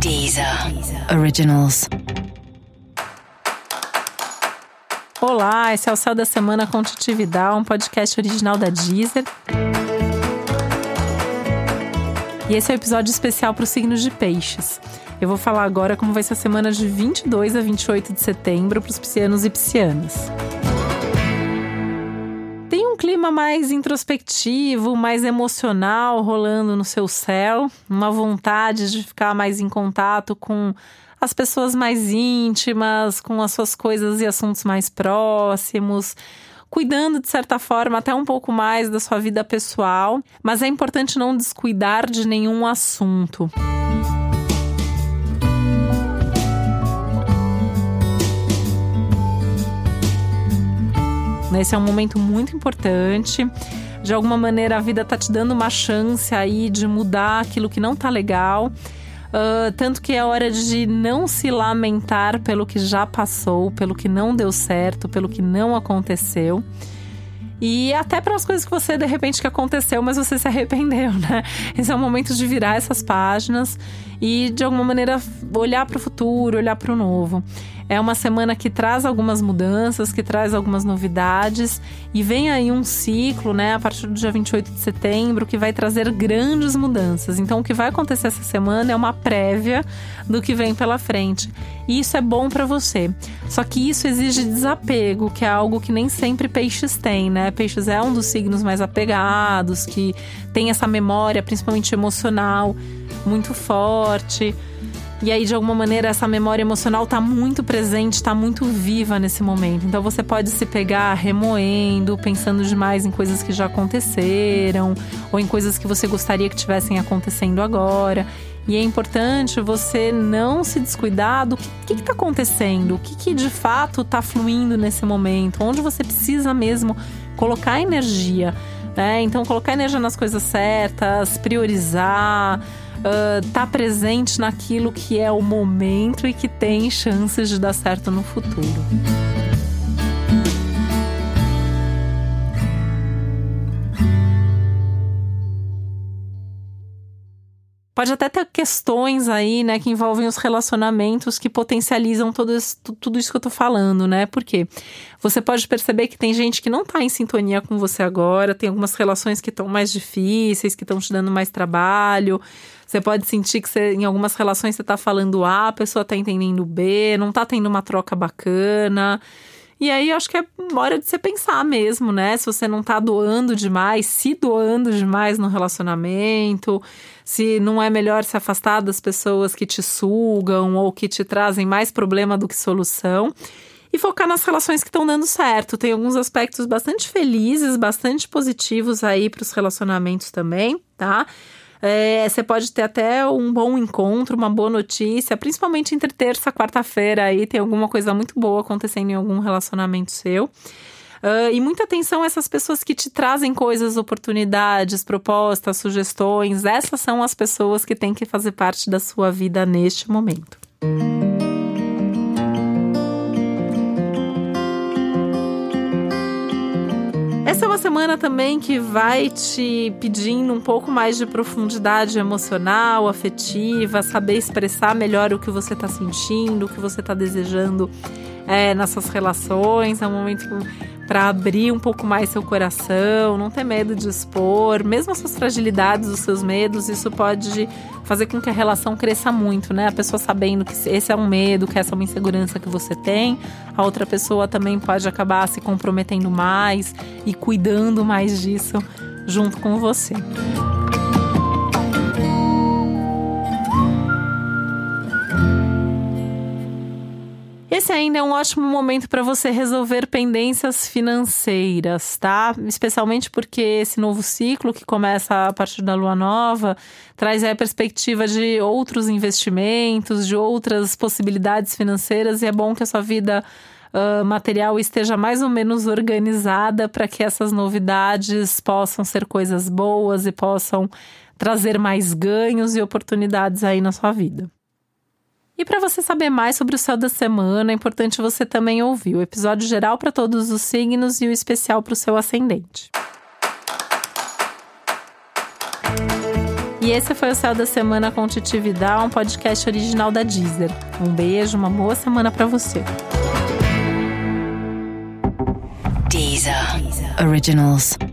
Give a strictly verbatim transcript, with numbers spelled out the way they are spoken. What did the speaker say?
Deezer Originals. Olá, esse é o Céu da Semana com Titi Vidal, um podcast original da Deezer. E esse é o um episódio especial para os signos de peixes. Eu vou falar agora como vai ser a semana de vinte e dois a vinte e oito de setembro para os piscianos e piscianas. Tem um clima mais introspectivo, mais emocional rolando no seu céu, uma vontade de ficar mais em contato com as pessoas mais íntimas, com as suas coisas e assuntos mais próximos, cuidando de certa forma até um pouco mais da sua vida pessoal, mas é importante não descuidar de nenhum assunto. Esse é um momento muito importante. De alguma maneira a vida tá te dando uma chance aí de mudar aquilo que não tá legal. Uh, tanto que é hora de não se lamentar pelo que já passou, pelo que não deu certo, pelo que não aconteceu. E até para as coisas que você, de repente, que aconteceu, mas você se arrependeu, né? Esse é o momento de virar essas páginas e, de alguma maneira, olhar para o futuro, olhar para o novo. É uma semana que traz algumas mudanças, que traz algumas novidades e vem aí um ciclo, né, a partir do dia vinte e oito de setembro, que vai trazer grandes mudanças. Então, o que vai acontecer essa semana é uma prévia do que vem pela frente. E isso é bom para você. Só que isso exige desapego, que é algo que nem sempre peixes têm, né? Peixes é um dos signos mais apegados, que tem essa memória, principalmente emocional, muito forte. E aí, de alguma maneira, essa memória emocional está muito presente, está muito viva nesse momento. Então, você pode se pegar remoendo, pensando demais em coisas que já aconteceram, ou em coisas que você gostaria que tivessem acontecendo agora. E é importante você não se descuidar do que está acontecendo, o que, que de fato está fluindo nesse momento, onde você precisa mesmo colocar energia, né? Então, colocar energia nas coisas certas, priorizar, uh, tá presente naquilo que é o momento e que tem chances de dar certo no futuro. Pode até ter questões aí, né, que envolvem os relacionamentos que potencializam todo isso, tudo isso que eu tô falando, né? Por quê? Você pode perceber que tem gente que não tá em sintonia com você agora, tem algumas relações que estão mais difíceis, que estão te dando mais trabalho. Você pode sentir que você, em algumas relações você tá falando A, a pessoa tá entendendo B, não tá tendo uma troca bacana. E aí, eu acho que é hora de você pensar mesmo, né? Se você não tá doando demais, se doando demais no relacionamento, se não é melhor se afastar das pessoas que te sugam ou que te trazem mais problema do que solução. E focar nas relações que estão dando certo. Tem alguns aspectos bastante felizes, bastante positivos aí para os relacionamentos também, tá? É, você pode ter até um bom encontro, uma boa notícia, principalmente entre terça e quarta-feira aí tem alguma coisa muito boa acontecendo em algum relacionamento seu. Uh, e muita atenção a essas pessoas que te trazem coisas, oportunidades, propostas, sugestões. Essas são as pessoas que têm que fazer parte da sua vida neste momento. Essa é uma semana também que vai te pedindo um pouco mais de profundidade emocional, afetiva, saber expressar melhor o que você está sentindo, o que você está desejando é, nessas relações. É um momento para abrir um pouco mais seu coração, não ter medo de expor, mesmo as suas fragilidades, os seus medos. Isso pode fazer com que a relação cresça muito, né? A pessoa sabendo que esse é um medo, que essa é uma insegurança que você tem, a outra pessoa também pode acabar se comprometendo mais e cuidando mais disso junto com você. Esse ainda é um ótimo momento para você resolver pendências financeiras, tá? Especialmente porque esse novo ciclo que começa a partir da lua nova traz a perspectiva de outros investimentos, de outras possibilidades financeiras, e é bom que a sua vida uh, material esteja mais ou menos organizada para que essas novidades possam ser coisas boas e possam trazer mais ganhos e oportunidades aí na sua vida. E para você saber mais sobre o céu da semana, é importante você também ouvir o episódio geral para todos os signos e o especial para o seu ascendente. E esse foi o Céu da Semana com Titi Vidal, um podcast original da Deezer. Um beijo, uma boa semana pra você. Deezer. Originals.